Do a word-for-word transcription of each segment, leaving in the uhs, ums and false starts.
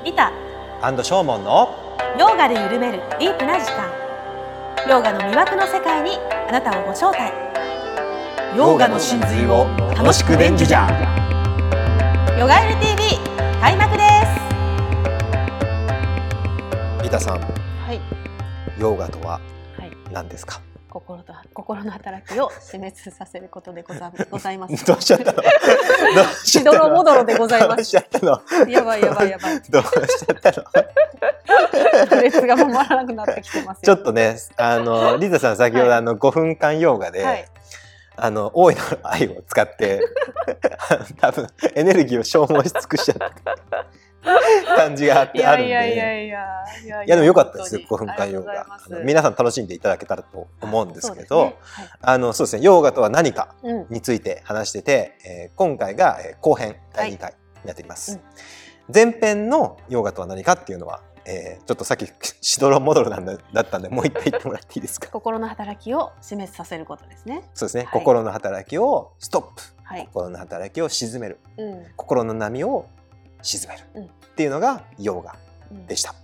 リタアンドショーモンのヨガで緩めるディープな時間、ヨガの魅惑の世界にあなたをご招待。ヨガの真髄を楽しく伝授じゃ。ヨガエル ティーブイ 開幕です。 リタさん、 はい、 ヨガとははい、 何ですか？ 心と心の働きを死滅させることでござございます。 どうしちゃったの？ しどろもどろでございます。 どうしちゃったの？ やばいやばいやばい。 どうしちゃったの？ 列が回らなくなってきてますよ。 ちょっとね、あのリタさん先ほど、はい、あのごふんかんヨガで、はい、あの大いなる愛を使って多分エネルギーを消耗し尽くしちゃった感じがあってあるんで、いやいやいやいやいやいやでも良かったですよ、ごふんかんヨガ。皆さん楽しんでいただけたらと思うんですけど、そうですね、はい、あのそうですね、ヨガとは何かについて話してて、うん、えー、今回が後編だいにかいになっています。はい、うん、前編のヨガとは何かっていうのは、えー、ちょっとさっきしどろもどろなんだだったんでもう一回言ってもらっていいですか？心の働きを死滅させることですね。 そうですね、はい、心の働きをストップ、 はい、 心の働きを沈める、うん、心の波を沈める、うん、っていうのがヨガでした。うん、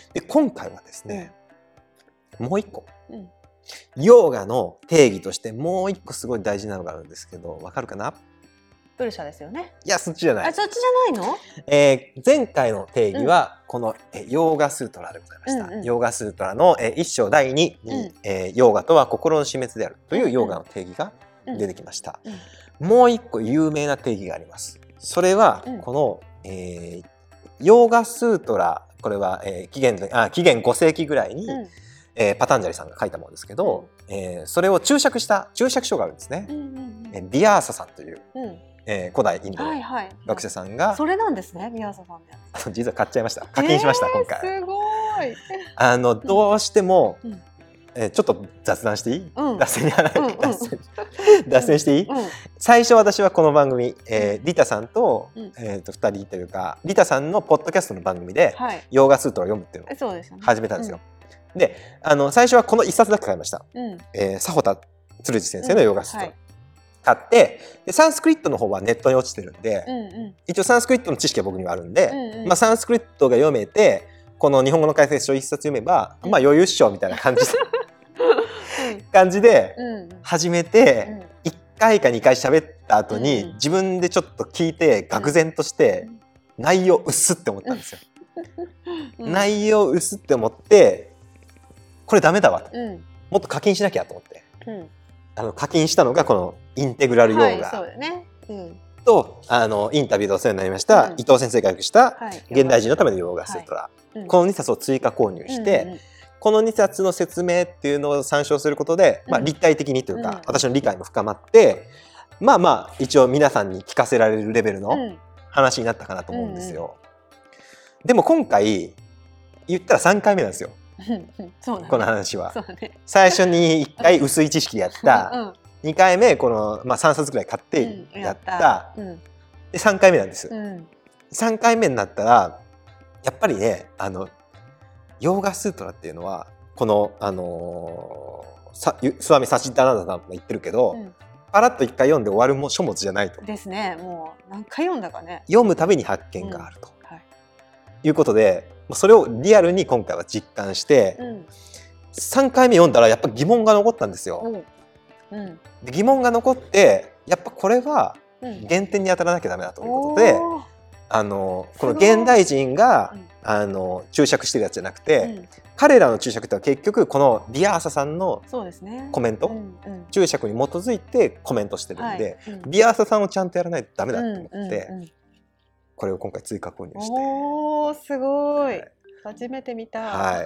で今回はですね、うん、もう一個、うん、ヨガの定義としてもう一個すごい大事なのがあるんですけど、わかるかな？ プルシャですよね。 いや、そっちじゃない。 あ、そっちじゃないの？ えー、前回の定義は、この、うん、ヨーガスートラでございました。うんうん、ヨーガスートラの、えー、一章だいにに、うん、えー、ヨーガとは心の死滅であるというヨーガの定義が出てきました。うんうんうん、もう一個有名な定義があります。それは、うん、この、えー、ヨーガスートラ、これは、えー、紀元あ紀元ごせいきぐらいに、うん、えー、パタンジャリさんが書いたものですけど、うん、えー、それを注釈した注釈書があるんですね。うんうんうん、えー、ビアーサさんという、うん、えー、古代インドの学者さんが、はいはい、 それなんですね、ビアーサさんで。 実は買っちゃいました。課金しました、えー、今回。 すごい。 あのどうしても、うん、えー、ちょっと雑談していい？うん、脱線に離れて、うんうん、脱線脱線していい？うん、最初私はこの番組、えー、リタさんと、うん、えー、とふたりというかリタさんのポッドキャストの番組で、はい、ヨーガスートラを読むっていうのを始めたんですよ。うん、で、あの最初はこの一冊だけ買いました。うん、えー、佐穂田鶴司先生のヨーガスートラ。うん、はい、買ってでサンスクリットの方はネットに落ちてるんで、うんうん、一応サンスクリットの知識は僕にはあるんで、うんうん、まあ、サンスクリットが読めてこの日本語の解説書一冊読めば、うん、まあ余裕っしょみたいな感じで感じで始めて、うん、いっかいかにかい喋った後に、うん、自分でちょっと聞いて愕然として、うん、内容薄って思ったんですよ。うん、内容薄って思ってこれダメだわと、うん、もっと課金しなきゃと思って、うん、あの課金したのがこのインテグラルヨーガ、はい、そうだね、うん、とあのインタビューでお世話になりました、うん、伊藤先生が訳した現代人のためのヨーガスートラ、はい、このにさつを追加購入して、うんうん、このにさつの説明っていうのを参照することで、まあ、立体的にというか、うん、私の理解も深まって、まあまあ一応皆さんに聞かせられるレベルの話になったかなと思うんですよ。うんうん、でも今回言ったらさんかいめなんですよ。そうだね、この話は、ね、最初にいっかい薄い知識やった、うん、にかいめこの、まあ、さんさつぐらい買ってやった、うん、やったでさんかいめなんです、うん、さんかいめになったらやっぱりね、あのヨーガスートラっていうのはこの、あのー、スワミ・サチッダナンダさんも言ってるけど、うん、パラッといっかい読んで終わるも書物じゃないとですね。もう何回読んだかね、 読むたびに発見があると、うん、はい、いうことでそれをリアルに今回は実感して、うん、さんかいめ読んだらやっぱ疑問が残ったんですよ。うんうん、で疑問が残ってやっぱこれは原点に当たらなきゃダメだということで、うん、あのこの現代人が、うん、あの注釈してるやつじゃなくて、うん、彼らの注釈ってのは結局このビアーサさんのコメント、ね、うんうん、注釈に基づいてコメントしてるんで、はい、うん、ビアーサさんをちゃんとやらないとダメだと思って、うんうんうん、これを今回追加購入して。 おー、すごい、はい、初めて見た、 はい、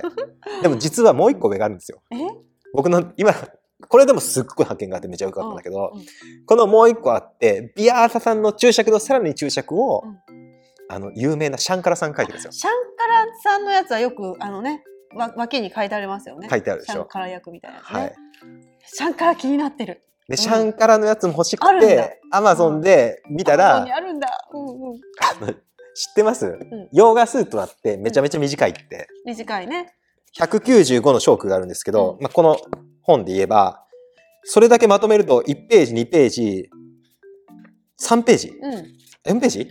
でも実はもう一個上があるんですよ。え僕の今これでもすっごい発見があってめちゃ良かったんだけど、うんうん、このもう一個あってビアーサさんの注釈のさらに注釈を、うん、あの有名なシャンカラさん書いてるんですよ。 シャンカラさんのやつはよくあのねわ脇に書いてありますよね。 書いてあるでしょ。 シャンカラ役みたいなやつね、はい、シャンカラ気になってる。 で、うん、シャンカラのやつも欲しくてアマゾンで見たら、 アマゾンにあるんだ、うんうん、 知ってます、うん、ヨーガスートラってめちゃめちゃ短いって、 うん、短いね。 ひゃくきゅうじゅうごの章句があるんですけど、うん、まあ、この本で言えばそれだけまとめるといちページにページさんページ、うん、よんページ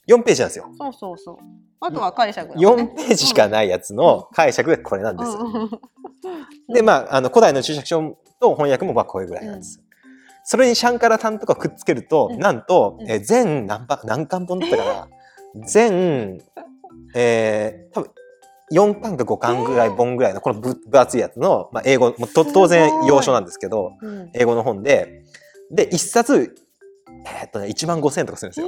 よんページなんですよ。 そうそうそう。あとは解釈だもんね。 よんページしかないやつの解釈がこれなんですよ。うんうん、で、まあ、あの古代の注釈書と翻訳もまあこれぐらいなんです。うん、それにシャンカラタンとかくっつけると、うん、なんと、うん、え全何ば何巻本だったかな、えー、全、えー、多分よんかんかごかんぐらい本ぐらいのこの分厚いやつの、まあ、英語もと当然洋書なんですけど、うん、英語の本ででいっさつ、えー、っとねいちまんごせんえんとかするんですよ。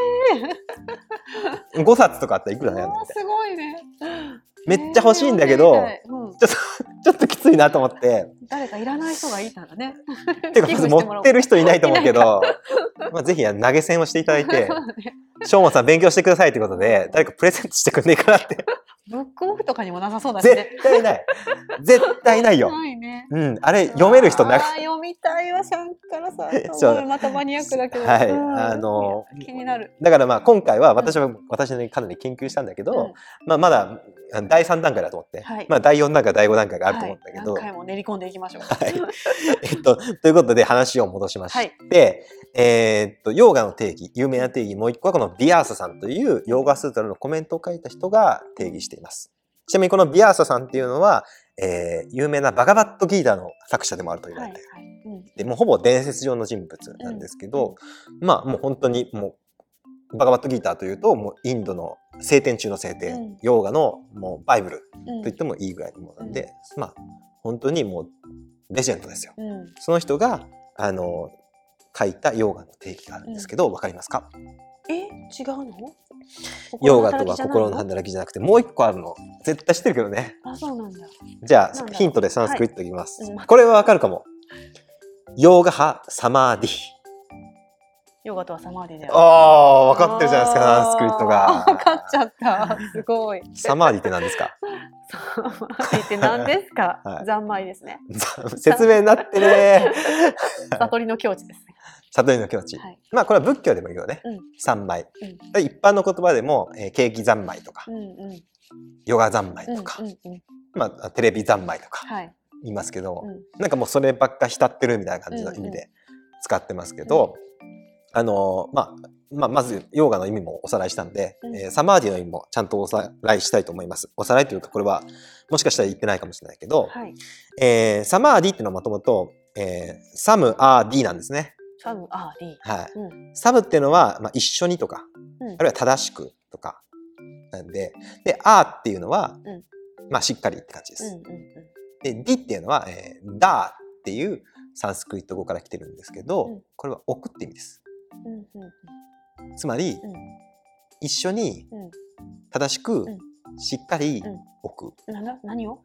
えー、ごさつとかあったらいくらなんだみたいな。 すごいね。 めっちゃ欲しいんだけど、えーうん、ちょっとちょっときついなと思って。 誰かいらない人がいたらね。 っていうかまず持ってる人いないと思うけど、まあぜひ投げ銭をしていただいて、しょうもさん勉強してくださいということで誰かプレゼントしてくんねえかなって。 ブックオフとかにもなさそうだしね。 絶対ない。絶対ないよ。 ないね。 うん、あれ読める人なく。 読みたいわシャンカラさん。またマニアックだけど。 はい、あの気になる。 だからまあ今回は私は、うん、私にかなり研究したんだけど、うん、まあまだだいさん段階だと思って、はい、まあだいよん段階だいご段階があると思うんだけど、 はい、何回も練り込んでいきましょう。 はい。えっとということで話を戻しまして、はい、えー、っとヨーガの定義、有名な定義もう一個はこのビアーサさんというヨーガスートラのコメントを書いた人が定義しています。ちなみにこのビアーサさんっていうのは、えー、有名なバガバットギーターの作者でもあると言われている、はいはいうん、でもうほぼ伝説上の人物なんですけど、うん、まあもう本当にもうバガバットギーターというともうインドの聖典中の聖典、うん、ヨーガのもうバイブルと言ってもいいぐらいのものなんで、うん、まあ本当にもうレジェンドですよ、うん、その人があの書いたヨーガの定義があるんですけど、わかりますか？ え、違うの？ ヨーガとは心の働きじゃなくてもう一個あるの。絶対知ってるけどね。 あ、そうなんだ。 じゃあヒントでサンスクリットいきます、はいうん、これはわかるかも。ヨーガ派サマーディ。 ヨガとはサマーディだよ。 ああ、分かってるじゃないですか、サンスクリットが。 分かっちゃった。すごい。 サマーディって何ですか？ サマーディって何ですか？はい、三昧ですね。 説明になってね。 悟りの境地ですね。 悟りの境地。はい、まあこれは仏教でもいいよね。うん、三昧、うん。一般の言葉でも、えー、ケーキ三昧とか、うんうん、ヨガ三昧とか、うんうんうん、まあテレビ三昧とか言いますけど、はい、なんかもうそればっか浸ってるみたいな感じの意味で使ってますけど。うんうんあのー、まあ、まあ、まず、ヨーガの意味もおさらいしたんで、うんえー、サマーディの意味もちゃんとおさらいしたいと思います。おさらいというか、これは、もしかしたら言ってないかもしれないけど、はいえー、サマーディっていうのはもともと、えー、サム、アー、ディなんですね。 サム、アー、ディ。 はい。うん、サムっていうのは、まあ、一緒にとか、うん、あるいは正しくとか、なんで、で、アーっていうのは、うん、まあ、しっかりって感じです。うんうんうん、で、ディっていうのは、えー、ダーっていうサンスクリット語から来てるんですけど、うん、これは置くって意味です。うんうんうん、つまり、うん、一緒に正しく、うん、しっかり置く、 うん、な何を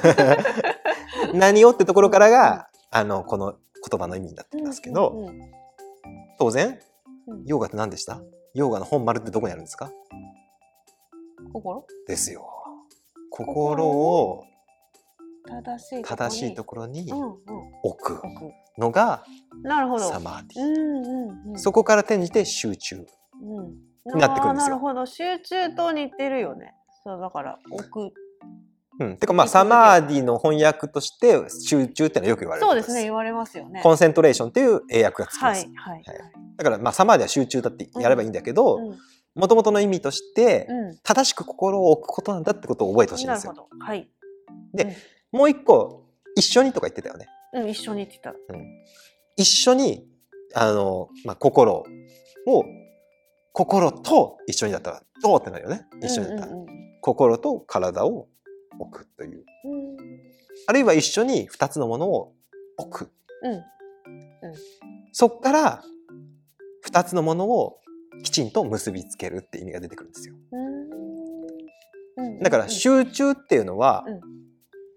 何をってところからが、うん、あのこの言葉の意味になってきますけど、うんうんうん、当然、うん、ヨーガって何でした？ヨーガの本丸ってどこにあるんですか？ 心ですよ。心を正しい正しいところに置くのがサマーディ、うんうんうん、そこから転じて集中になってくるんですよ。 なるほど、集中と似てるよね。そうだから置く。 うん、てかまあサマーディの翻訳として集中ってのはよく言われる。 そうですね、言われますよね。 コンセントレーションっていう英訳がつきます。 はいはいはい、 だからまあサマーディは集中だってやればいいんだけど、もともとの意味として、うん、正しく心を置くことなんだってことを覚えてほしいんですよ。 なるほど。はい。 で、うん、もう一個一緒にとか言ってたよね。 うん、一緒にって言った。 うん、一緒にあのまあ心を心と一緒にだったらどうってなるよね。一緒にだったら、うんうんうん、心と体を置くという、うん、あるいは一緒に二つのものを置く、うんうん、そっから二つのものをきちんと結びつけるって意味が出てくるんですよ。うん、だから集中っていうのは、うん、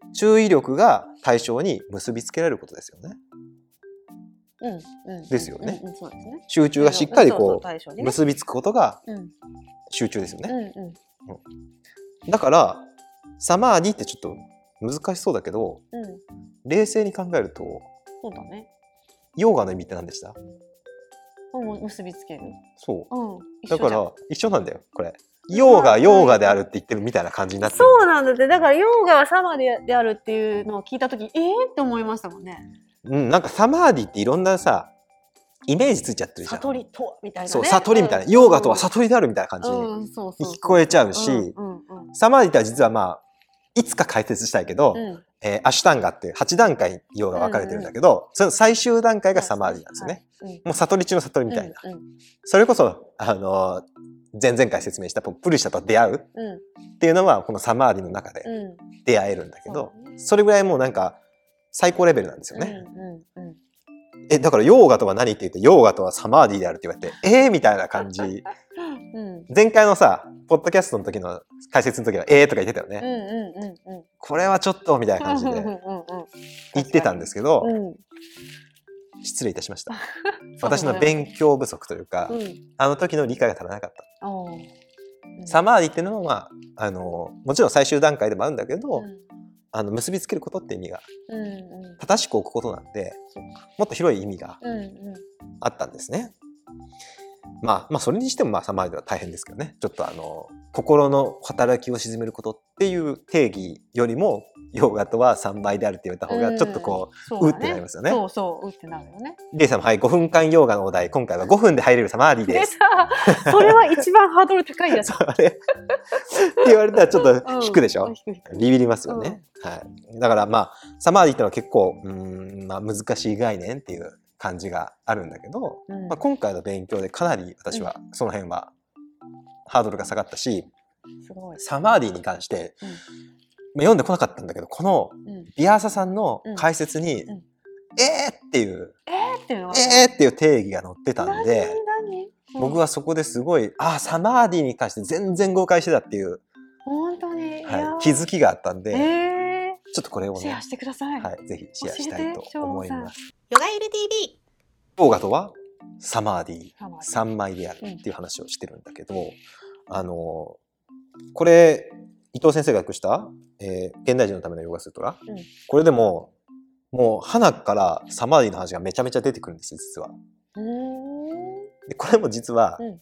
注意力が対象に結びつけられることですよね。うんうん、ですよね。うんうん、そうですね。集中がしっかりこう、うん、結びつくことが集中ですよね。うんうんうん、だからサマーディってちょっと難しそうだけど、うん、冷静に考えると、 そうだね。 ヨーガの意味って何でした？ もう結びつける。 そう。うん、だから一緒なんだよこれ。ヨーガヨーガであるって言ってるみたいな感じになってる。 そうなんだって。だからヨーガはサマーディであるっていうのを聞いたとき、えーって思いましたもんね。 うん、なんかサマーディっていろんなさイメージついちゃってるじゃん。 悟りとはみたいなね。 そう、悟りみたいな、うん、ヨーガとは悟りであるみたいな感じに聞こえちゃうし、サマーディっては実はまあいつか解説したいけど、うん、えー、アシュタンガっていうはち段階ヨガ分かれてるんだけど、うんうん、その最終段階がサマーディなんですよね。はい、もう悟り中の悟りみたいな。うんうん、それこそあのー、前々回説明したプルシャと出会うっていうのはこのサマーディの中で出会えるんだけど、うん、それぐらいもうなんか最高レベルなんですよね。うんうんうん、え、だからヨーガとは何って言って、ヨーガとはサマーディであるって言われて、えーみたいな感じ。うん、前回のさ、ポッドキャストの時の解説の時は、えーとか言ってたよね。うんうんうんうん、これはちょっとみたいな感じで言ってたんですけど、うん、失礼いたしました。私の勉強不足というか、うん、あの時の理解が足らなかった。うん、サマーディっていうのは、まあ、あの、もちろん最終段階でもあるんだけど、うん、あの結びつけることって意味が、うんうん、正しく置くことなんで、もっと広い意味があったんですね。まあ、まあそれにしてもまあサマーディでは大変ですけどね。ちょっとあの心の働きを鎮めることっていう定義よりもヨガとはさんばいであるって言われた方がちょっとこう、うん、うってなりますよね。 そうそううってなるよね。 レイさんもはいごふんかんヨガのお題、今回はごふんで入れるサマーディです。 でそれは一番ハードル高いやつ。 それって言われたらちょっと引くでしょ。うん、ビビりますよね。うん、はい。だからまあサマーディってのは結構うーんまあ難しい概念っていう感じがあるんだけど、うんまあ、今回の勉強でかなり私はその辺はハードルが下がったし、すごいサマーディに関して、うんまあ、読んでこなかったんだけど、このビアーサさんの解説に、うんうん、えーっていうえーっていうのはえーっていう定義が載ってたんで、うん、僕はそこですごいあサマーディに関して全然誤解してたっていう本当に、 はい、気づきがあったんで、 えー、 ちょっとこれをねシェアしてください。 はい、ぜひシェアしたいと思います。 ヨガゆる ティービー。ヨガとはサマーディさんまいであるっていう話をしてるんだけど、うん、あのこれ伊藤先生が訳した、えー、現代人のためのヨガスートラ、うん、これでももう花からサマーディの話がめちゃめちゃ出てくるんですよ実は。うーんでこれも実は、うん、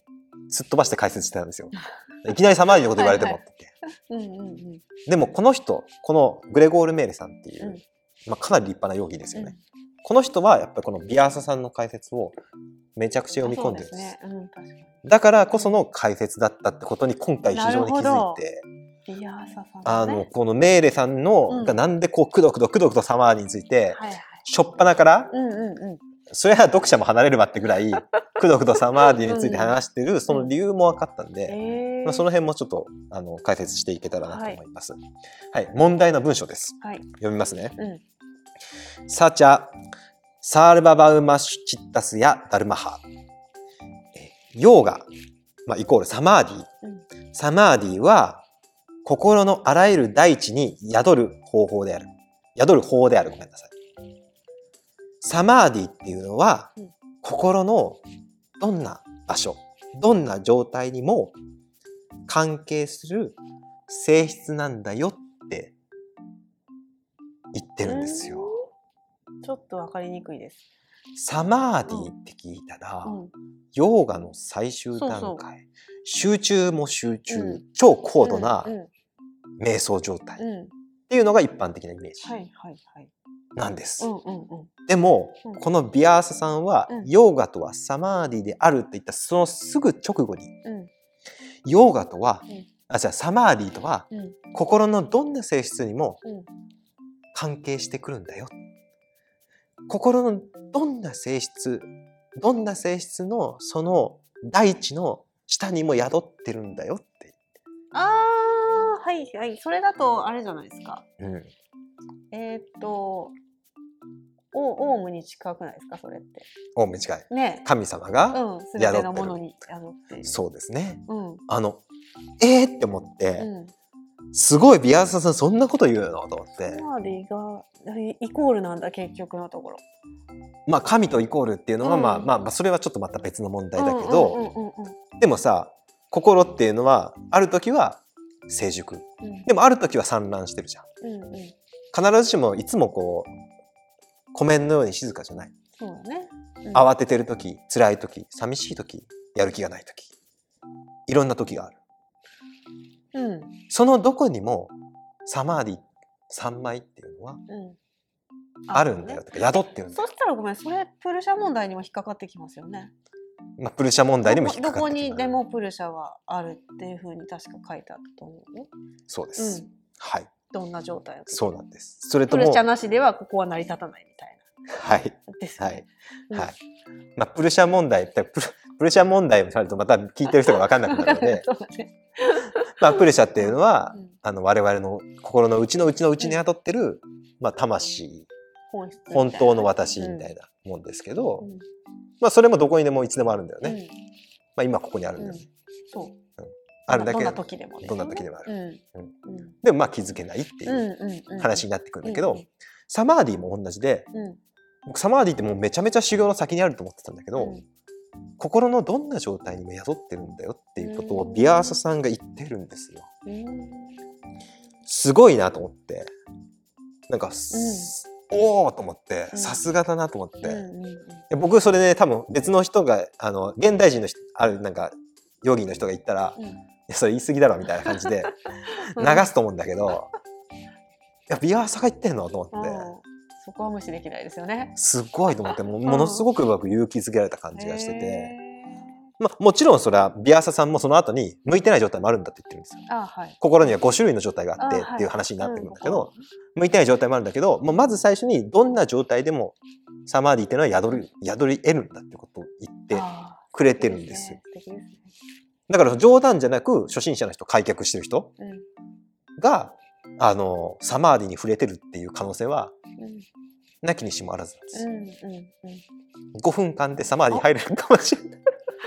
すっ飛ばして解説してたんですよ。いきなりサマーディのこと言われてもって言って。うんうんうん、でもこの人このグレゴール・メーレさんっていう、うんまあ、かなり立派なヨギですよね。うんこの人はやっぱりこのビアーサさんの解説をめちゃくちゃ読み込んでるんです。ですねうん、確かにだからこその解説だったってことに今回非常に気づいて、 ビアーサさん、ね、 あのこのメーレさんの、うん、がなんでこうくどくどくどくどサマーディについて、はいはい、しょっぱなから、うんうんうん、それは読者も離れるわってぐらいくどくどサマーディについて話してるその理由も分かったんで、うんまあ、その辺もちょっとあの解説していけたらなと思います。はい、はい、問題の文章です。はい、読みますね。うんサチャ、サールババウマシュチッタスやダルマハ。ヨーガ、まあ、イコールサマーディ、うん。サマーディは心のあらゆる大地に宿る方法である。宿る法である。ごめんなさい。サマーディっていうのは、うん、心のどんな場所、どんな状態にも関係する性質なんだよって言ってるんですよ。 ちょっとわかりにくいです。 サマーディって聞いたら、うん、ヨーガの最終段階、そうそう集中も集中、うん、超高度な瞑想状態っていうのが一般的なイメージなんです。でも、うん、このビアーサさんは、うん、ヨーガとはサマーディであるって言ったそのすぐ直後に、うん、ヨーガとは、うん、あ、じゃあサマーディとは、うん、心のどんな性質にも関係してくるんだよ。心のどんな性質、どんな性質のその大地の下にも宿ってるんだよって。 ああ、はいはい。それだとあれじゃないですか。うん、えー、っと、オウムに近くないですか、それって。 オウムに近い。ね、神様が宿ってる。うん、全てのものに宿っている。 そうですね。うん、あの、えーって思って、うんすごいビアーサさんそんなこと言うのと思って。 サマーディがイコールなんだ結局のところ。 まあ神とイコールっていうのは、うん、まあまあまあそれはちょっとまた別の問題だけど、でもさ心っていうのはある時は成熟、うん、でもある時は散乱してるじゃん。うんうん、必ずしもいつもこう湖面のように静かじゃない。そうだね。うん、慌ててる時、辛い時、寂しい時、やる気がない時、いろんな時がある。うん、そのどこにもサマーディさんまいっていうのはあるんだよとか宿ってるんだよ。 そしたらごめん、それプルシャ問題にも引っかかってきますよね。 まあ、プルシャ問題にも引っかかってきます。 どこにでもプルシャはあるっていうふうに確か書いてあったと思うよ。 そうです、うん、はい。 どんな状態の時そうなんです。それともプルシャなしではここは成り立たないみたいな。 はいですね。はい。 うん、はい。まあ、プルシャ問題プルプルシャ問題をされるとまた聞いてる人が分かんなくなるので、ね、まあ、プルシャっていうのは、うん、あの我々の心の内の内の内に宿ってる、うん、まあ、魂、本, 本当の私みたいなもんですけど、うん、まあ、それもどこにでもいつでもあるんだよね。うん、まあ、今ここにあるんだよね。 うん、そう。 あるだけどんな時でもね。 どんな時でもある。 うんうん、 でもまあ気づけないっていう話になってくるんだけど、サマーディも同じで、うん、僕サマーディってもうめちゃめちゃ修行の先にあると思ってたんだけど、うん、心のどんな状態にも宿ってるんだよっていうことをビアーサさんが言ってるんですよ。うん、すごいなと思って、なんか、うん、おーと思って、さすがだなと思って、うんうん、僕それね多分別の人があの現代人の人あるなんかヨギの人が言ったら、うん、いやそれ言い過ぎだろみたいな感じで流すと思うんだけど、いやビアーサが言ってんのと思って、うん、 そこは無視できないですよね。 すごいと思って、も, ものすごくうまく勇気づけられた感じがしてて、まあ、もちろんそれはビアーサさんもその後に向いてない状態もあるんだって言ってるんですよ。あ、はい、心にはご種類の状態があってっていう話になってるんだけど、はい、うん、向いてない状態もあるんだけど、もうまず最初にどんな状態でもサマーディっていうのは宿り、宿り得るんだってことを言ってくれてるんです。だから冗談じゃなく初心者の人、開脚してる人が、うん、あのサマーディに触れてるっていう可能性は、うん、なきにしもあらずなんですよ。うんうんうん、ごふんかんでサマーディに入れるかもしれない。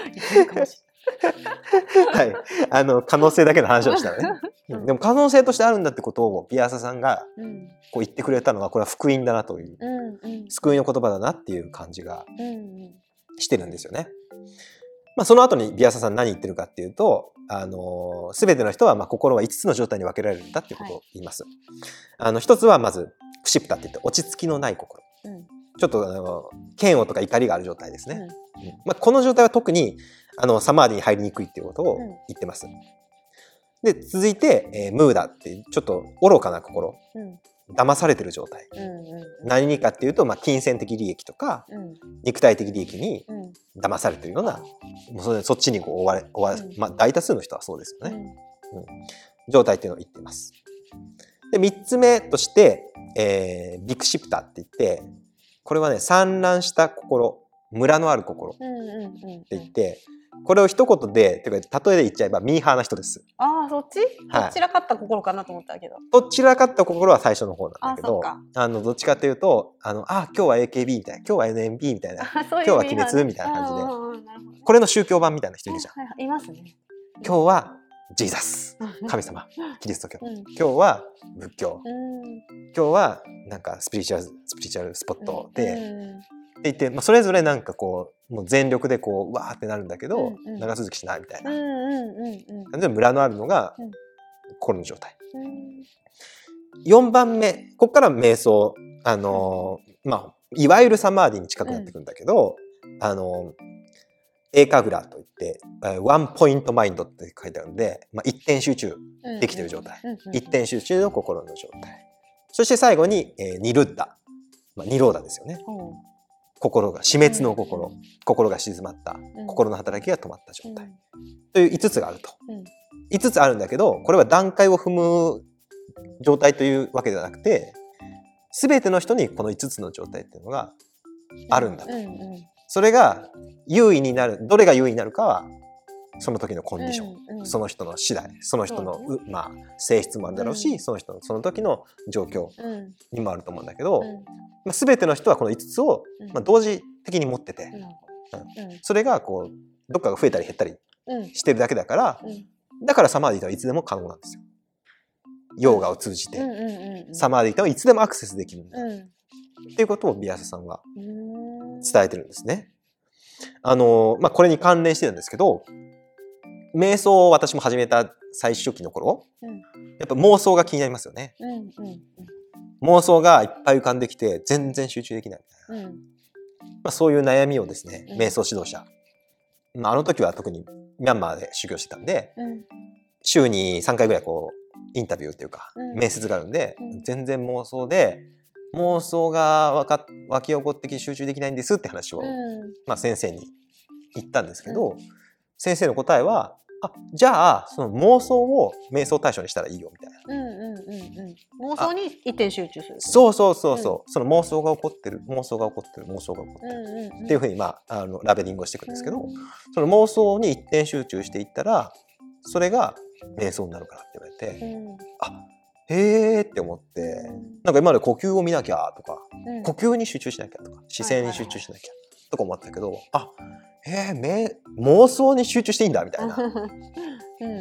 はい、あの可能性だけの話をしたらね、うん、でも可能性としてあるんだってことをビアーサさんがこう言ってくれたのは、これは福音だなという、うんうん、救いの言葉だなっていう感じがしてるんですよね。まあ、その後にビアーサさん何言ってるかっていうと、あの全ての人はまあ心はいつつの状態に分けられるんだっていうことを言います。はい、あの一つはまずプシプタって言って落ち着きのない心、うん、ちょっとあの嫌悪とか怒りがある状態ですね。うんうん、まあ、この状態は特にあのサマーディに入りにくいっていうことを言ってます。うん、で続いて、えー、ムーダってちょっと愚かな心、うん、騙されてる状態、うんうん、何にかっていうと、まあ、金銭的利益とか、うん、肉体的利益に騙されてるような、うん、もうそれそっちにこう追われ追われ、うん、まあ、大多数の人はそうですよね。うんうん、状態っていうのを言っています。でみっつめとして、えー、ビクシプタって言って、これはね散乱した心、ムラのある心って言って、これを一言でてか例えで言っちゃえばミーハーな人です。 ああ、そっち？はい、どちらかった心かなと思ったけど。 どちらかった心は最初の方なんだけど、ああのどっちかっていうと、あのあ今日は エーケービー みたいな、今日は エヌエムビー みたいな、今日は鬼滅みたいな感じで、これの宗教版みたいな人いるじゃん。 はいはい、いますね。 今日はジーザス、神様、キリスト教、うん、今日は仏教、うん、今日はなんかスピリチュアルスピリチュアルスポットで、うん、って言って、まあ、それぞれなんかこうもう全力でこううわーってなるんだけど、うんうん、長続きしないみたいな感じでムラのあるのが心の状態。うん、よんばんめ、ここから瞑想、あのー、まあいわゆるサマーディに近くなってくるんだけど、うん、あのーエーカグラといってワンポイントマインドって書いてあるんで、まあ、一点集中できている状態、うんうん、一点集中の心の状態、そして最後に、えー、ニルッダ、まあ、ニローダですよね、うん、心が死滅の心、うん、心が静まった、うん、心の働きが止まった状態、うん、といういつつがあると、うん、いつつあるんだけど、これは段階を踏む状態というわけではなくて、全ての人にこのいつつの状態っていうのがあるんだと、うんうんうん、それが優位になる、どれが優位になるかはその時のコンディション、うんうん、その人の次第、その人の、ね、まあ、性質もあるだろうし、うん、その人のその時の状況にもあると思うんだけど、うんまあ、全ての人はこのいつつを、まあ、同時的に持ってて、うんうん、それがこうどっかが増えたり減ったりしてるだけだから、うん、だからサマーディとはいつでも可能なんですよ。ヨーガを通じて、うんうんうんうん、サマーディとはいつでもアクセスできるんだ、うん、っていうことをビアーサさんは伝えてるんですね。あのまあ、これに関連してるんですけど、瞑想を私も始めた最初期の頃、うん、やっぱ妄想が気になりますよね、うんうんうん、妄想がいっぱい浮かんできて全然集中できないみたいな、うんまあ、そういう悩みをですね、瞑想指導者、まあ、あの時は特にミャンマーで修行してたんで、うん、週にさんかいぐらいこうインタビューっていうか、うん、面接があるんで、うん、全然妄想で妄想がわか湧き起こってきて集中できないんですって話を、うんまあ、先生に言ったんですけど、うん、先生の答えはあじゃあその妄想を瞑想対象にしたらいいよみたいな、うんうんうんうん、 妄想に一点集中する。 そうそうそうそう、うん、その妄想が起こってる妄想が起こってる妄想が起こってる、うんうんうん、っていうふうに、まあ、あのラベリングをしていくんですけど、うん、その妄想に一点集中していったらそれが瞑想になるからって言われて、うん、あへーって思って、うん、なんか今まで呼吸を見なきゃとか、うん、呼吸に集中しなきゃとか姿勢に集中しなきゃとか思ったけど、あへー妄想に集中していいんだみたいな、うん、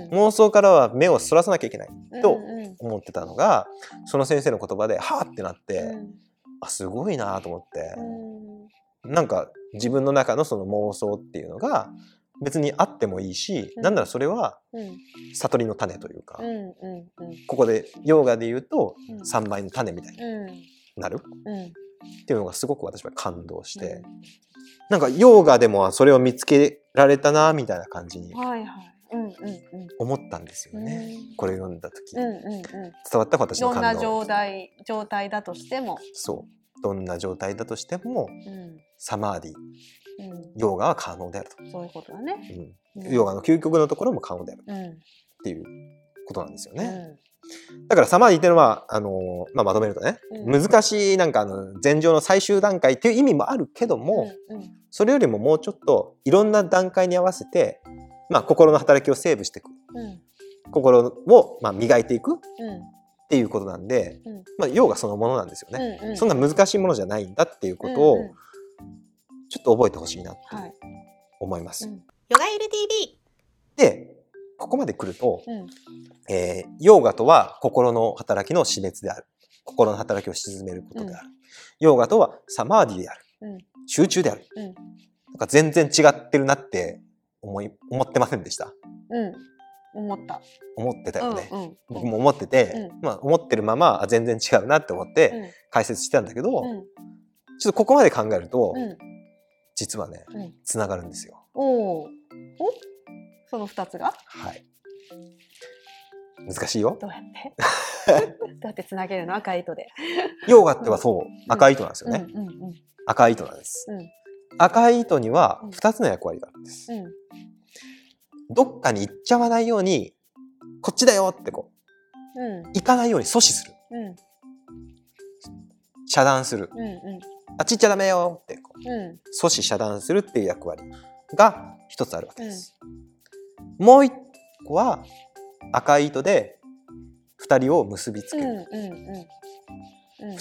妄想からは目をそらさなきゃいけないと思ってたのが、うんうん、その先生の言葉ではーってなって、うん、あすごいなと思って、うん、なんか自分の中のその妄想っていうのが別にあってもいいし、うん、なんならそれは悟りの種というか、うんうんうん、ここでヨーガで言うとさんばいの種みたいになる、うんうん、っていうのがすごく私は感動して、うん、なんかヨーガでもそれを見つけられたなみたいな感じに思ったんですよね、はいはいうんうんうん、これを読んだ時、うんうんうん、伝わった私の感動。 どんな状態、状態だとしてもそうどんな状態だとしても、うん、サマーディうん、ヨーガは可能であると。 そういうことだね、 うん、ヨーガの究極のところも可能である、うん、っていうことなんですよね、うん、だからサマーディっていうのはあのーまあ、まとめるとね、うん、難しいなんかあの禅情の最終段階っていう意味もあるけども、うんうん、それよりももうちょっといろんな段階に合わせて、まあ、心の働きをセーブしていく、うん、心を、まあ、磨いていく、うん、っていうことなんで、うんまあ、ヨーガそのものなんですよね、うんうん、そんな難しいものじゃないんだっていうことを、うんうんちょっと覚えてほしいなって思います、はいうん、 ヨガゆる ティービー でここまで来ると、うんえー、ヨーガとは心の働きの死滅である心の働きを鎮めることである、うん、ヨーガとはサマーディである、うん、集中である、うん、なんか全然違ってるなって思い思ってませんでした、 うん、思った思ってたよね、うんうん、僕も思ってて、うんまあ、思ってるまま全然違うなって思って解説してたんだけど、うん、ちょっとここまで考えると、うん実はね、うん、つながるんですよ。 おお、その二つが？ はい。難しいよ。 どうやって？どうやってつなげるの？赤い糸で。 ヨーガってはそう、うん、赤い糸なんですよね。うんうんうん、赤い糸なんです、うん。赤い糸には二つの役割があるんです。うん、どっかに行っちゃわないように、こっちだよってこう、うん、行かないように阻止する。うん、遮断する。うんうんあっち行っちゃダメよってこう、うん、阻止遮断するっていう役割が一つあるわけです、うん、もう一個は赤い糸で二人を結びつける、うんうんうん、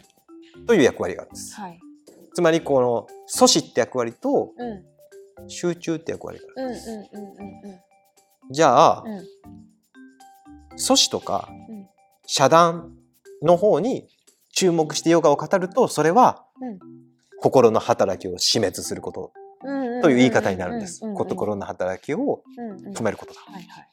という役割があるんです、はい、つまりこの阻止って役割と集中って役割があるんです、うんうんうんうん、じゃあ、うん、阻止とか遮断の方に注目してヨガを語るとそれは、うん心の働きを死滅することという言い方になるんです。心の働きを止めることだ。はいはい、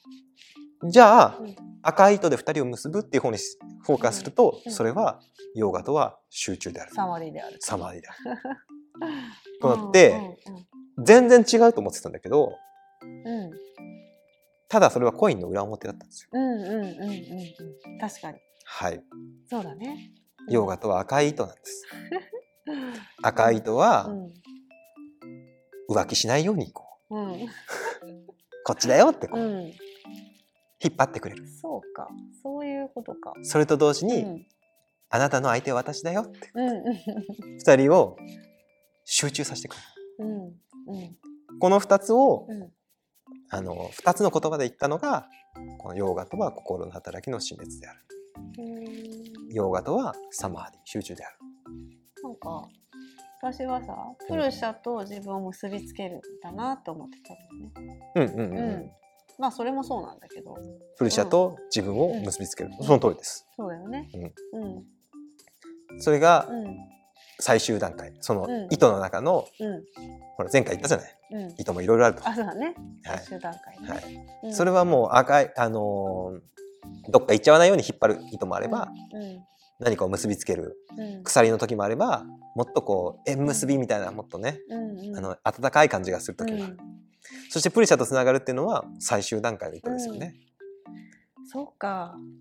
じゃあ、うん、赤い糸で二人を結ぶっていう方にフォーカスすると、うん、それはヨーガとは集中である。 サマディである。 サマディである。となって、うんうんうん、全然違うと思ってたんだけど、うん、ただそれはコインの裏表だったんですよ。うんうんうんうんうん。確かに。 はい。 そうだね。 ヨーガとは赤い糸なんです。赤い糸は、うん、浮気しないようにこう、うん、こっちだよってこう、うん、引っ張ってくれる。 そうか、そういうことか。 それと同時に、うん、あなたの相手は私だよって、うん、二人を集中させてくれる。うんうん、この二つを、うん、あの二つの言葉で言ったのが、このヨーガとは心の働きの死滅である。ヨーガとはサマーディ、集中である。 なんか私はさプルシャと自分を結びつけるんだなと思ってたのね。うんうんうん。うん、まあそれもそうなんだけど。 プルシャと自分を結びつける、うん、その通りです。 そうだよね。うん。うん、 それが最終段階、その糸の中の、うん、ほら前回言ったじゃない。うん、糸もいろいろあると。 あそうだね。最終段階ね。はい。 うん、それはもう赤いあのー、どっか行っちゃわないように引っ張る糸もあれば。うんうん何かを結びつける鎖の時もあれば、もっとこう縁結びみたいなもっとね、うんうん、あの温かい感じがする時もある、うん、そしてプリシャとつながるっていうのは最終段階の糸ですよね、 うん、そうか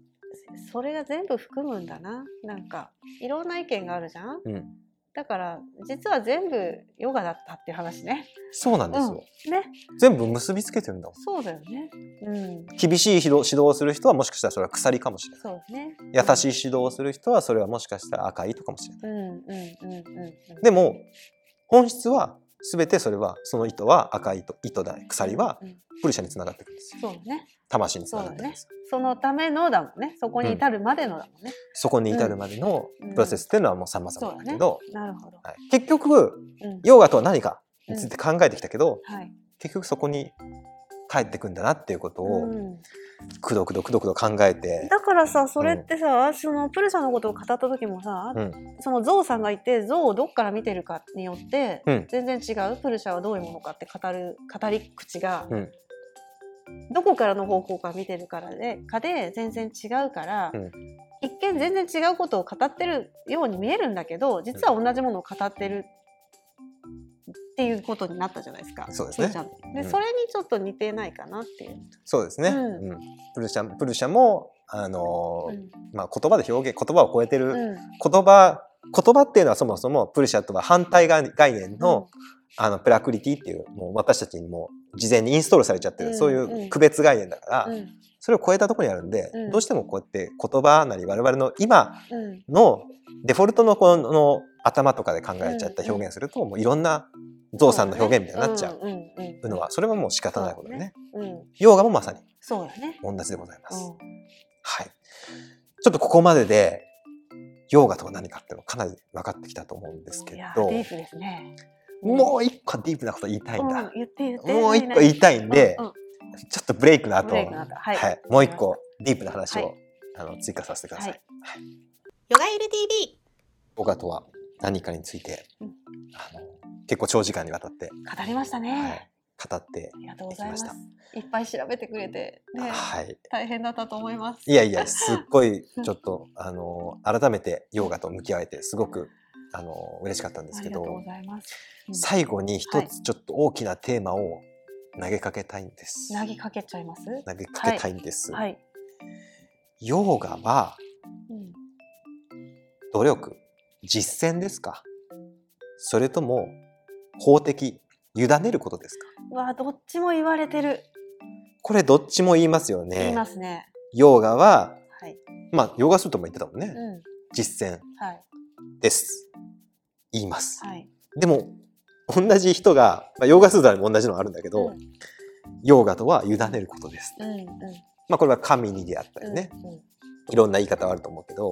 それが全部含むんだな。なんかいろんな意見があるじゃん、うん、だから実は全部ヨガだったっていう話ね。 そうなんですよ、 うん、ね、 全部結びつけてるんだもん。 そうだよね、うん、 厳しい指導、指導をする人はもしかしたらそれは鎖かもしれない。そう、ね、優しい指導をする人はそれはもしかしたら赤い糸かもしれない、うんうんうんうん、でも本質は全てそれはその糸は赤い糸、糸だ鎖はプルシャにつながっていくんですよ。そうね、魂につながっていくんですよ。 そのためのだもんね。そこに至るまでのだもんね。 うん、そこに至るまでのプロセスっていうのはもう様々だけど、 うんうん、なるほど、 はい、結局、うん、ヨガとは何かについて考えてきたけど、うん、はい、結局そこに帰ってくんだなっていうことを、うん、くどくどくどくど考えて。 だからさ、それってさ、うん、そのプルシャのことを語った時もさ、うん、そのゾウさんがいて、ゾウをどっから見てるかによって、うん、全然違うプルシャはどういうものかって語る語り口が、うん、どこからの方向から見てるからでかで全然違うから、うん、一見全然違うことを語ってるように見えるんだけど、実は同じものを語ってるっていうことになったじゃないですか。 そうですね。 で、うん、それにちょっと似てないかなっていう。 そうですね。うんうん、プルシャ、プルシャもあのーうん、まあ言葉で表現、言葉を超えてる、うん、言葉言葉っていうのはそもそもプルシャとは反対概念の、うん、あのプラクリティっていうもう私たちにも事前にインストールされちゃってる、うん、そういう区別概念だから、うん、それを超えたところにあるんで、うん、どうしてもこうやって言葉なり我々の今のデフォルトのこの頭とかで考えちゃった表現すると、もういろんなゾウさんの表現みたいになっちゃうのは、それはもう仕方ないことだね。ヨガもまさに同じでございます。はい。ちょっとここまででヨガとは何かっていうのかなり分かってきたと思うんですけど、 ディープですね。 もう一個ディープなこと言いたいんだ。 うん、言って言ってもう一個言いたいんで、うんうん、ちょっとブレイクの後、 はいはい、もう一個ディープな話を、はい、あの追加させてください。はいはい、ヨガゆる ティービー。 ヨガとは何かについて、うん、あの結構長時間にわたって語りましたね。 はい、語っていきました。ありがとうございます。 いっぱい調べてくれて、ね、はい、大変だったと思います。 いやいや、すっごいちょっとあの改めてヨガと向き合えてすごくあの嬉しかったんですけど、 ありがとうございます。 うん、最後に一つちょっと大きなテーマを投げかけたいんです。 投げかけちゃいます？ 投げかけたいんです。 はいはい、 ヨガは、うん、努力、実践ですか？それとも法的、委ねることですか？ わあ、どっちも言われてる。 これどっちも言いますよね。 言いますね。 ヨガは、はい、まあヨガスートも言ってたもんね。うん、実践です、はい、言います。はい、でも同じ人が、まあ、ヨガスートにも同じのあるんだけど、うん、ヨガとは委ねることです。うんうん、まあこれは神にであったりね、うんうん、いろんな言い方はあると思うけど、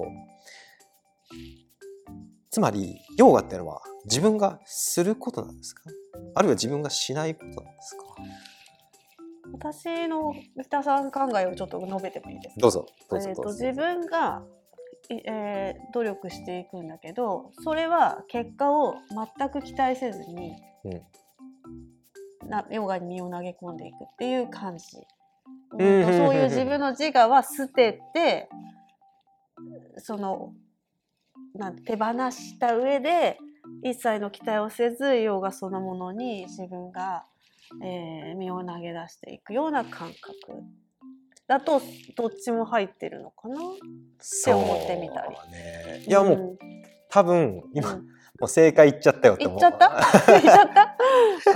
つまりヨガっていうのは自分がすることなんですか？あるいは自分がしないことなんですか？ 私の三田さん考えをちょっと述べてもいいですか？ どうぞどうぞどうぞ。 えーと、自分が、えー、努力していくんだけど、それは結果を全く期待せずに、うん、なヨガに身を投げ込んでいくっていう感じ、うん、とそういう自分の自我は捨てて、そのなん手放した上で一切の期待をせずヨガそのものに自分が、えー、身を投げ出していくような感覚だと、どっちも入ってるのかなって思ってみたり。 ね、いやもう、うん、多分今、うん、もう正解言っちゃったよって思う。 言っちゃった言っちゃった、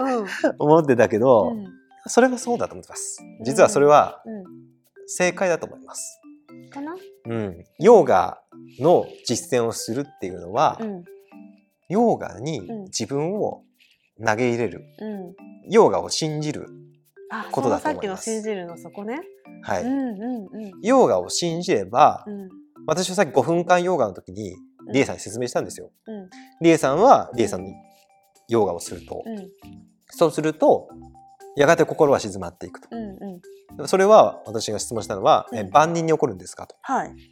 うん、 思ってたけど、うん、それはそうだと思ってます。実はそれは正解だと思います。 かな、 うん、ヨガの実践をするっていうのは、うん、ヨガに自分を投げ入れる、うん、ヨガを信じることだと思います。 あ、そのさっきの信じるのそこね。 はい、うんうんうん、ヨガを信じれば、うん、私はさっきごふんかんヨガの時にリエさんに説明したんですよ。うん、リエさんはリエさんにヨガをすると、うん、そうするとやがて心は静まっていくと、うんうん、それは私が質問したのは、うん、え万人に起こるんですかと、はい、うん、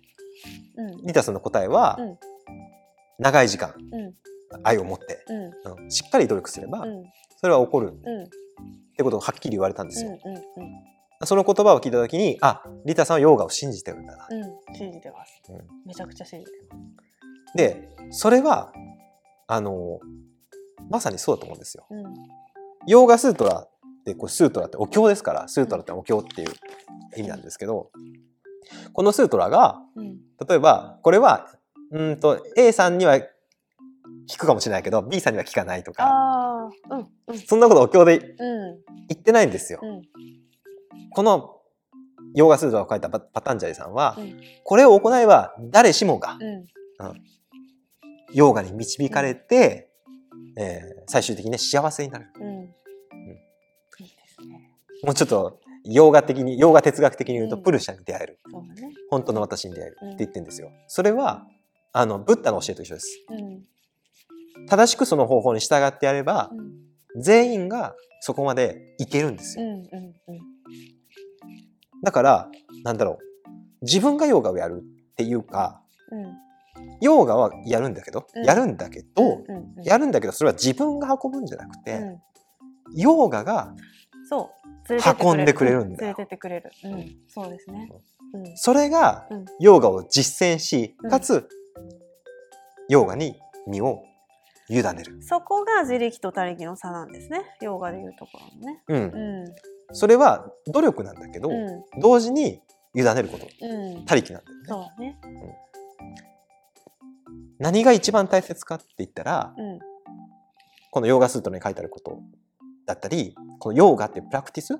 リタさんの答えは、うん、長い時間、うん、愛を持って、うんうん、しっかり努力すれば、うん、それは起こる、うん、ってことをはっきり言われたんですよ。うんうんうん、その言葉を聞いた時に、あ、リタさんはヨガを信じてるんだな、 うん、信じてます、うん、めちゃくちゃ信じてます。 でそれはあのまさにそうだと思うんですよ。うん、ヨーガスートラでこうスートラってお経ですから、スートラってお経っていう意味なんですけど、 このスートラが、 うん、 例えばこれはうんと A さんには効くかもしれないけど B さんには効かないとか、 あ、うんうん、 そんなことお経で言ってないんですよ。 うん、 このヨーガスートラを書いたパタンジャリさんは、うん、これを行えば誰しもが、うんうん、ヨーガに導かれて、うん、えー、最終的に、ね、幸せになる、うんうん、いいですね。もうちょっとヨーガ的にヨーガ哲学的に言うと、うん、プルシャに出会える、そうだね、本当の私に出会える、うん、って言ってるんですよ。それはあのブッダの教えと一緒です、うん、正しくその方法に従ってやれば、うん、全員がそこまでいけるんですよ、うんうんうん、だからなんだろう、自分がヨーガをやるっていうか、うん、ヨーガはやるんだけど、うん、やるんだけど、うんうんうん、やるんだけどそれは自分が運ぶんじゃなくて、うん、ヨーガが運んでくれるんだよ。連れてってくれる。うん、そうですね。うん、それがヨーガを実践し、かつ、うん、ヨーガに身を委ねる。そこが自力と他力の差なんですね。ヨーガでいうところのね。うん。うん、それは努力なんだけど、うん、同時に委ねること、うん、他力なんだよね。そうだね。うん、何が一番大切かって言ったら、うん、このヨーガスートラに書いてあることだったり、このヨーガっていうプラクティス、うん、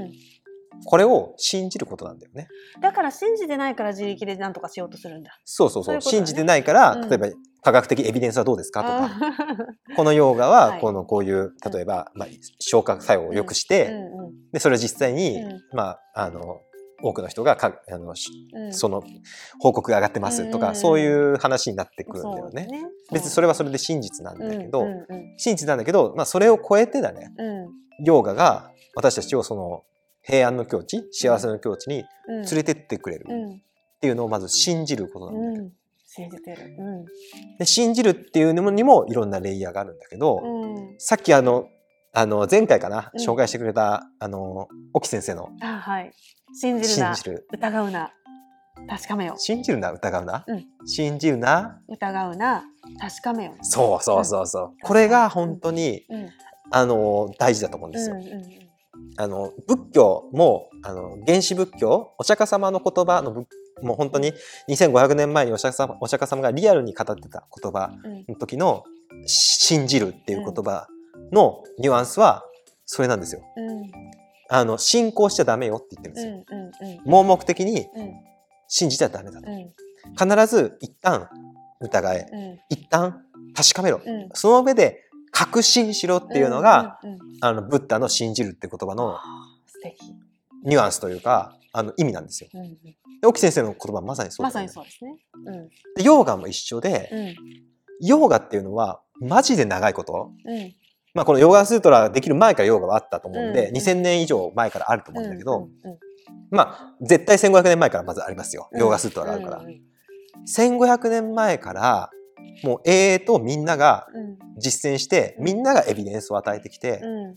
これを信じることなんだよね。だから信じてないから自力で何とかしようとするんだ。そうそうそう。そういうことだね。信じてないから、うん、例えば科学的エビデンスはどうですかとか、このヨーガはこのこういう例えば、まあ、消化作用を良くして、うんうん、でそれを実際に、うん、まああの多くの人がかあの、うん、その報告が上がってますとか、うん、そういう話になってくるんだよね。ね、別にそれはそれで真実なんだけど、うんうんうん、真実なんだけど、まあ、それを超えてだね、うん、ヨーガが私たちをその平安の境地、幸せの境地に連れてってくれるっていうのをまず信じることなんだけど、うん、信じてる、うん、で信じるっていうのにもいろんなレイヤーがあるんだけど、うん、さっきあのあの前回かな、うん、紹介してくれたあの沖先生の、あ、はい、信じるな、疑うな、確かめよ。信じるな、疑うな、うん、信じるな、疑うな、確かめよ。そうそうそうそう、うん、これが本当に、うん、あの大事だと思うんですよ。うんうんうん、あの仏教もあの原始仏教、お釈迦様の言葉のもう本当ににせんごひゃくねんまえにお釈迦様、お釈迦様がリアルに語ってた言葉の時の、うん、信じるっていう言葉のニュアンスはそれなんですよ。うん、あの信仰しちゃダメよって言ってるんですよ。うんうんうん、盲目的に信じちゃダメだと。うん、必ず一旦疑え、うん、一旦確かめろ、うん、その上で確信しろっていうのが、うんうんうん、あのブッダの信じるって言葉のニュアンスというかあの意味なんですよ。うんうん、で沖先生の言葉はまさにそうですね。まさにそうですね。うん、でヨーガも一緒で、うん、ヨーガっていうのはマジで長いこと、うん、まあこのヨーガスートラできる前からヨーガはあったと思うんで、うんうん、にせんねん以上前からあると思うんだけど、うんうんうん、まあ絶対せんごひゃくねんまえからまずありますよ。ヨーガスートラがあるから、うんうんうん、せんごひゃくねんまえからもう永遠とみんなが実践して、うん、みんながエビデンスを与えてきて、うん、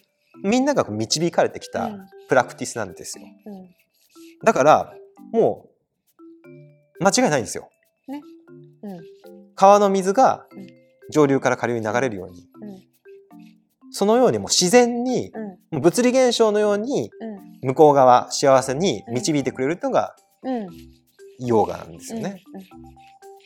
みんなが導かれてきたプラクティスなんですよ。うん、だからもう間違いないんですよ。ね、うん、川の水が上流から下流に流れるように、うん、そのようにもう自然に、うん、物理現象のように向こう側幸せに導いてくれるのがヨーガなんですよね。うんうんうん、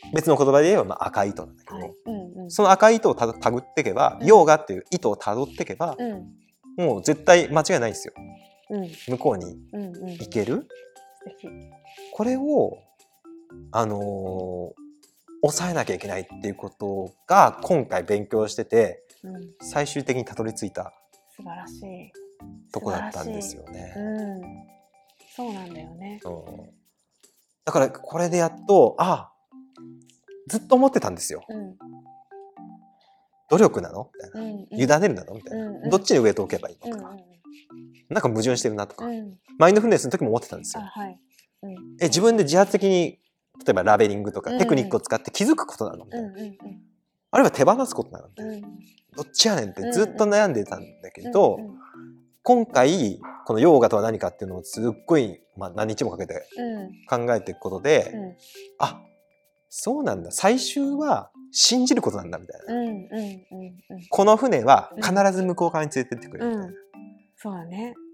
別の言葉で言えば、まあ、赤い糸なんだけど、はい、うんうん、その赤い糸をたたぐっていけば、うん、ヨーガっていう糸をたどっていけば、うん、もう絶対間違いないんですよ。うん、向こうに行ける、うんうん、これをあのー、抑えなきゃいけないっていうことが今回勉強してて、うん、最終的にたどり着いた素晴らしいとこだったんですよね。うん、そうなんだよね。うん、だからこれでやっとあずっと思ってたんですよ。うん、努力なのみたいな、うんうん、委ねるなのみたいな、うんうん、どっちに上と置けばいいのとか、うんうん、なんか矛盾してるなとか、うん、マインドフルネスの時も思ってたんですよ。はい、うん、え自分で自発的に例えばラベリングとかテクニックを使って気づくことなのみたいな、うんうんうん、あるいは手放すことなのみたいな、うん、どっちやねんってずっと悩んでたんだけど、うんうん、今回このヨーガとは何かっていうのをすっごい、まあ、何日もかけて考えていくことで、うん、あそうなんだ最終は信じることなんだみたいな、うんうんうんうん、この船は必ず向こう側に連れてってくれるみたいな、うんうん、そうだね、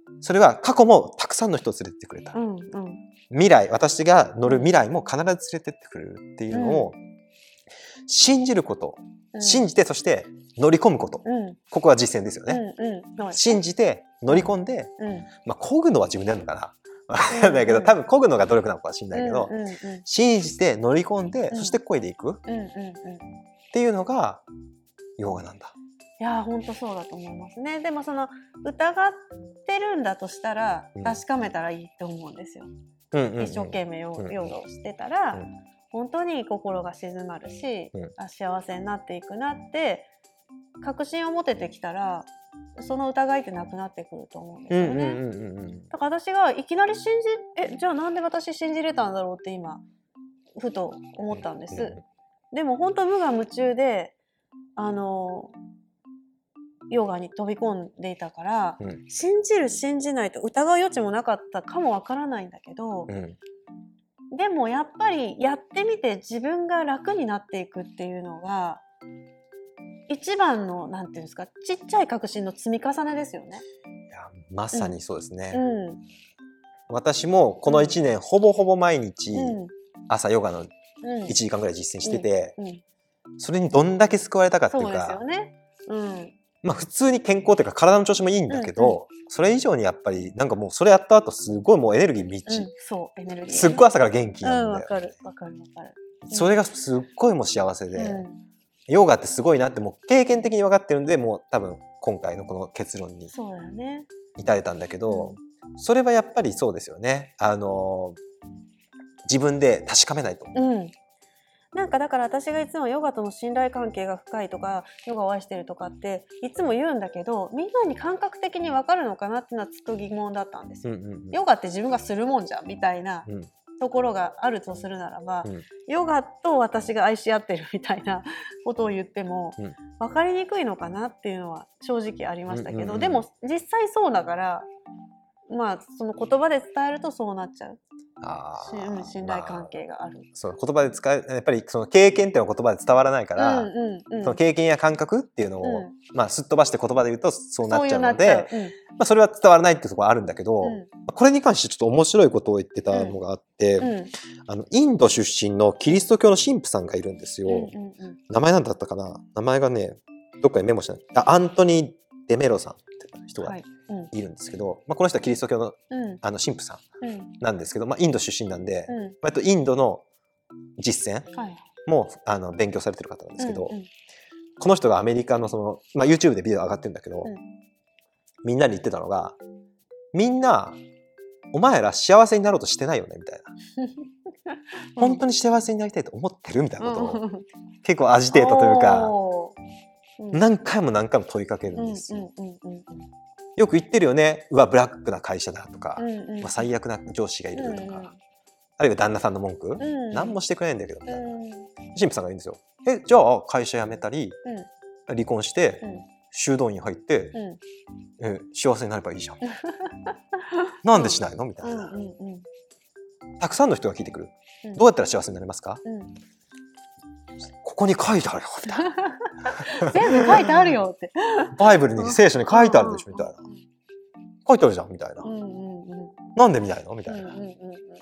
それは過去もたくさんの人を連れてってくれた、うんうん、未来私が乗る未来も必ず連れてってくれるっていうのを信じること、うん、信じてそして乗り込むこと、うん、ここは実践ですよね、うんうん、信じて乗り込んで、うん、まあ漕ぐのは自分でやるのかな分かんないけど、多分漕ぐのが努力なのかもしれないけど、うんうんうん、信じて乗り込んで、うん、そして漕いでいく、うんうんうん、っていうのがヨガなんだ。 いや本当そうだと思いますね。でもその疑ってるんだとしたら確かめたらいいって思うんですよ、うんうんうん、一生懸命ヨガをしてたら、うんうん、本当に心が静まるし、うん、あ幸せになっていくなって確信を持ててきたらその疑いってなくなってくると思うんですよね、うんうんうんうん、だから私がいきなり信じえじゃあなんで私信じれたんだろうって今ふと思ったんです、うんうん、でも本当無我夢中であのヨガに飛び込んでいたから、うん、信じる信じないと疑う余地もなかったかもわからないんだけど、うん、でもやっぱりやってみて自分が楽になっていくっていうのが一番のなんていうんですかちっちゃい確信の積み重ねですよね。いやまさにそうですね、うん、私もこのいちねん、うん、ほぼほぼ毎日朝ヨガのいちじかんぐらい実践してて、うんうんうん、それにどんだけ救われたかっていうかそうですよね、うんまあ、普通に健康というか体の調子もいいんだけど、うんうん、それ以上にやっぱりなんかもうそれやった後すごいもうエネルギー満ち、うん、そうエネルギー、ね、すっごい朝から元気なんだよ、うん、わかるわかるわかる、うん、それがすっごいもう幸せで、うん、ヨガってすごいなってもう経験的に分かってるんでもう多分今回のこの結論に至れたんだけど、うん、それはやっぱりそうですよね、あの自分で確かめないと、うんなんかだから私がいつもヨガとの信頼関係が深いとかヨガを愛してるとかっていつも言うんだけどみんなに感覚的に分かるのかなっていうのはずっと疑問だったんですよ、うんうんうん、ヨガって自分がするもんじゃんみたいなところがあるとするならば、うん、ヨガと私が愛し合ってるみたいなことを言っても、うん、分かりにくいのかなっていうのは正直ありましたけど、うんうんうん、でも実際そうだからまあその言葉で伝えるとそうなっちゃう。あ信頼関係がある、まあ、 そう言葉で使えやっぱりその経験っていうのは言葉で伝わらないから、うんうんうん、その経験や感覚っていうのを、うんまあ、すっ飛ばして言葉で言うとそうなっちゃうのでそ, うう、うんまあ、それは伝わらないっていうところはあるんだけど、うん、これに関してちょっと面白いことを言ってたのがあって、うんうん、あのインド出身のキリスト教の神父さんがいるんですよ、うんうんうん、名前なんだったかな名前がねどっかにメモしてないあアントニー・デメロさんって人がいるんですけど、はいうんまあ、この人はキリスト教 の,、うん、あの神父さんなんですけど、まあ、インド出身なんで、うん、割とインドの実践も、はい、あの勉強されてる方なんですけど、うんうん、この人がアメリカのその、まあ、YouTube でビデオ上がってるんだけど、うん、みんなに言ってたのがみんなお前ら幸せになろうとしてないよねみたいな本当に幸せになりたいと思ってるみたいなことを結構アジテートというか何回も何回も問いかけるんですよ。よく言ってるよね。うわブラックな会社だとか、うんうんまあ、最悪な上司がいるとか、うんうん、あるいは旦那さんの文句、うん、何もしてくれないんだけどみたいな、うん、神父さんが言うんですよ。えじゃあ会社辞めたり、うん、離婚して、うん、修道院入って、うん、え幸せになればいいじゃんなんでしないのみたいな、うんうんうん、たくさんの人が聞いてくる、うん、どうやったら幸せになれますか、うん、ここに書いてあるよみたいな全部書いてあるよってバイブルに聖書に書いてあるでしょみたいな書いてあるじゃんみたいな、うんうんうん、なんで見ないのみたいな、うんうんうんうん、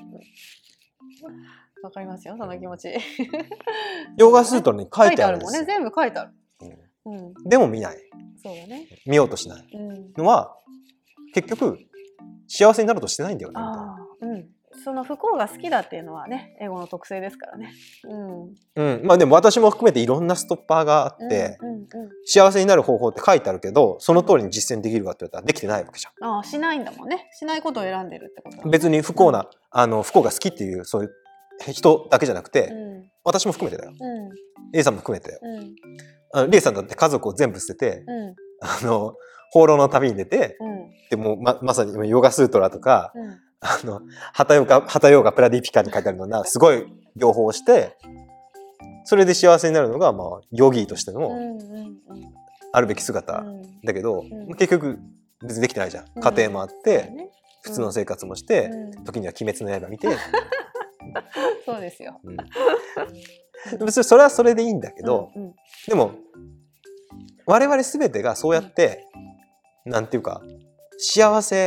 わかりますよその気持ちヨガスートに書いてあるんですよ、 書いてあるもんね全部書いてある、 うんうん、でも見ないそうだね見ようとしないのは、うん、結局幸せになろうとしてないんだよねみたいな、 うんその不幸が好きだっていうのはねエゴの特性ですからね、 うんうん、まあでも私も含めていろんなストッパーがあって、うんうんうん、幸せになる方法って書いてあるけどその通りに実践できるかって言ったらできてないわけじゃん。 ああしないんだもんねしないことを選んでるってことだ、ね、 別に不幸な、うん、あの不幸が好きっていうそういう人だけじゃなくて、うん、私も含めてだよ、うん、レイさんも含めてだよ、うん、あのレイさんだって家族を全部捨てて、うん、あの放浪の旅に出て、うん、でも ま, まさにヨガスートラとか、うんあのハタヨガハタヨガプラディピカに書いてあるようなすごい療法をしてそれで幸せになるのがまあヨギーとしてのあるべき姿だけど、うんうん、結局別にできてないじゃん、うん、家庭もあって、うん、普通の生活もして、うん、時には鬼滅の刃見てそうですよ、うん、 別にそれはそれでいいんだけど、うんうん、でも我々全てがそうやって、うん、なんていうか幸せ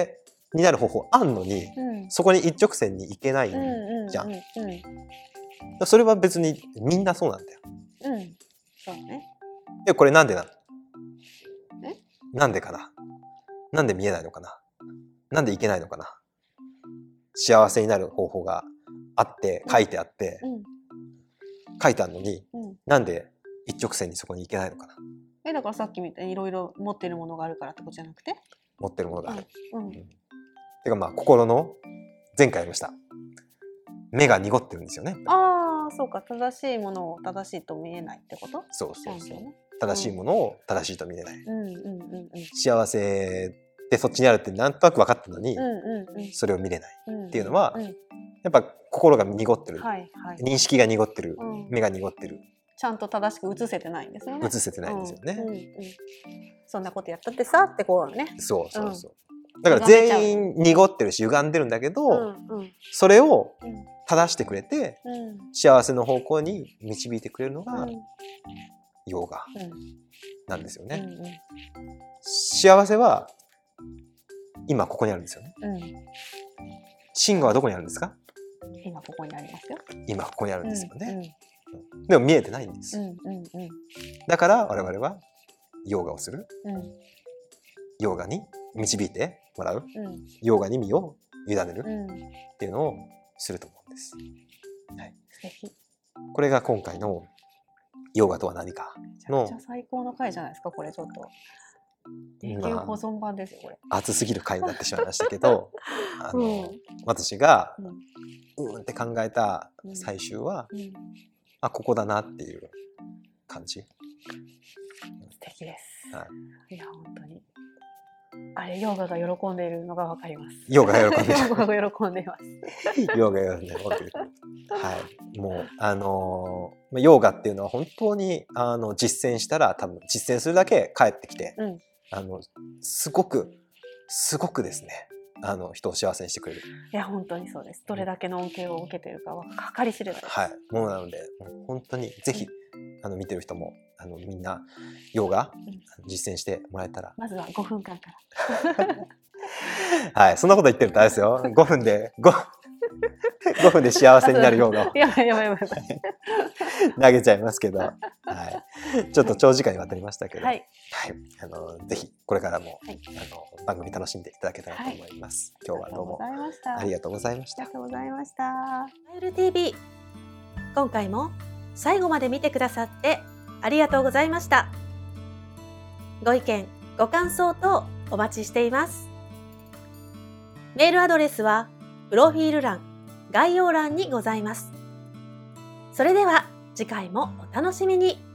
になる方法あんのに、うん、そこに一直線に行けないじゃん。それは別にみんなそうなんだよ。 うん、そうね。 でこれなんでなの？え？なんでかな？なんで見えないのかな？なんでいけないのかな？幸せになる方法があって書いてあって、うんうん、書いてあるのに、うん、なんで一直線にそこに行けないのかな？ えだからさっきみたいにいろいろ持ってるものがあるからってことじゃなくて、 持ってるものがある。うんうん、てかまあ心の前回やりました目が濁ってるんですよね。 ああそうか、正しいものを正しいと見えないってこと？ そうそうそう、ね、正しいものを正しいと見えない、うんうんうんうん、幸せってそっちにあるってなんとなく分かったのに、うんうんうん、それを見れないっていうのは、うんうん、やっぱ心が濁ってる、はいはい、認識が濁ってる、うん、目が濁ってる、 ちゃんと正しく映せてないんですよね。 映せてないんですよね、うんうんうん、 そんなことやったってさってこうね。 そうそうそう、うん、だから全員濁ってるし歪んでるんだけど、うんうん、それを正してくれて、うん、幸せの方向に導いてくれるのが、うん、ヨガなんですよね、うんうん、幸せは今ここにあるんですよね、うん、真我はどこにあるんですか？ 今ここにありますよ。 今ここにあるんですよね、うんうん、でも見えてないんです、うんうんうん、だから我々はヨガをする、うん、ヨガに導いてもらう、うん、ヨガに身を委ねるっていうのをすると思うんです、はい、素敵。これが今回のヨガとは何かのめちゃくちゃ最高の回じゃないですかこれ。ちょっと永久保存版ですよこれ。 熱すぎる回になってしまいましたけどあの、うん、私がうん、うんって考えた最終は、うんうん、あここだなっていう感じ。素敵です、はい、いや本当にあれヨガが喜んでいるのがわかります。 ヨガが喜んでいるヨガが喜んでいますヨガが喜んでいるはい、もうあのー、ヨガっていうのは本当にあの実践したら多分実践するだけ帰ってきて、うん、あのすごくすごくですねあの人を幸せにしてくれる。 いや本当にそうです。どれだけの恩恵を受けているかは計り知れないです。 はい、もうなので本当にぜひ、うん、あの見てる人もあのみんなヨガ、うん、実践してもらえたら。 まずはごふんかんからはい、そんなこと言ってるとあれですよ。ごふんで 5, ごふんで幸せになるヨガをやばいやばいやばい投げちゃいますけど、はい、ちょっと長時間にわたりましたけど、はいはい、あのぜひこれからも、はい、あの番組楽しんでいただけたらと思います、はい、今日はどうもありがとうございました。 ありがとうございました。マイル ティーブイ 今回も最後まで見てくださってありがとうございました。ご意見ご感想等お待ちしています。メールアドレスはプロフィール欄概要欄にございます。それでは次回もお楽しみに。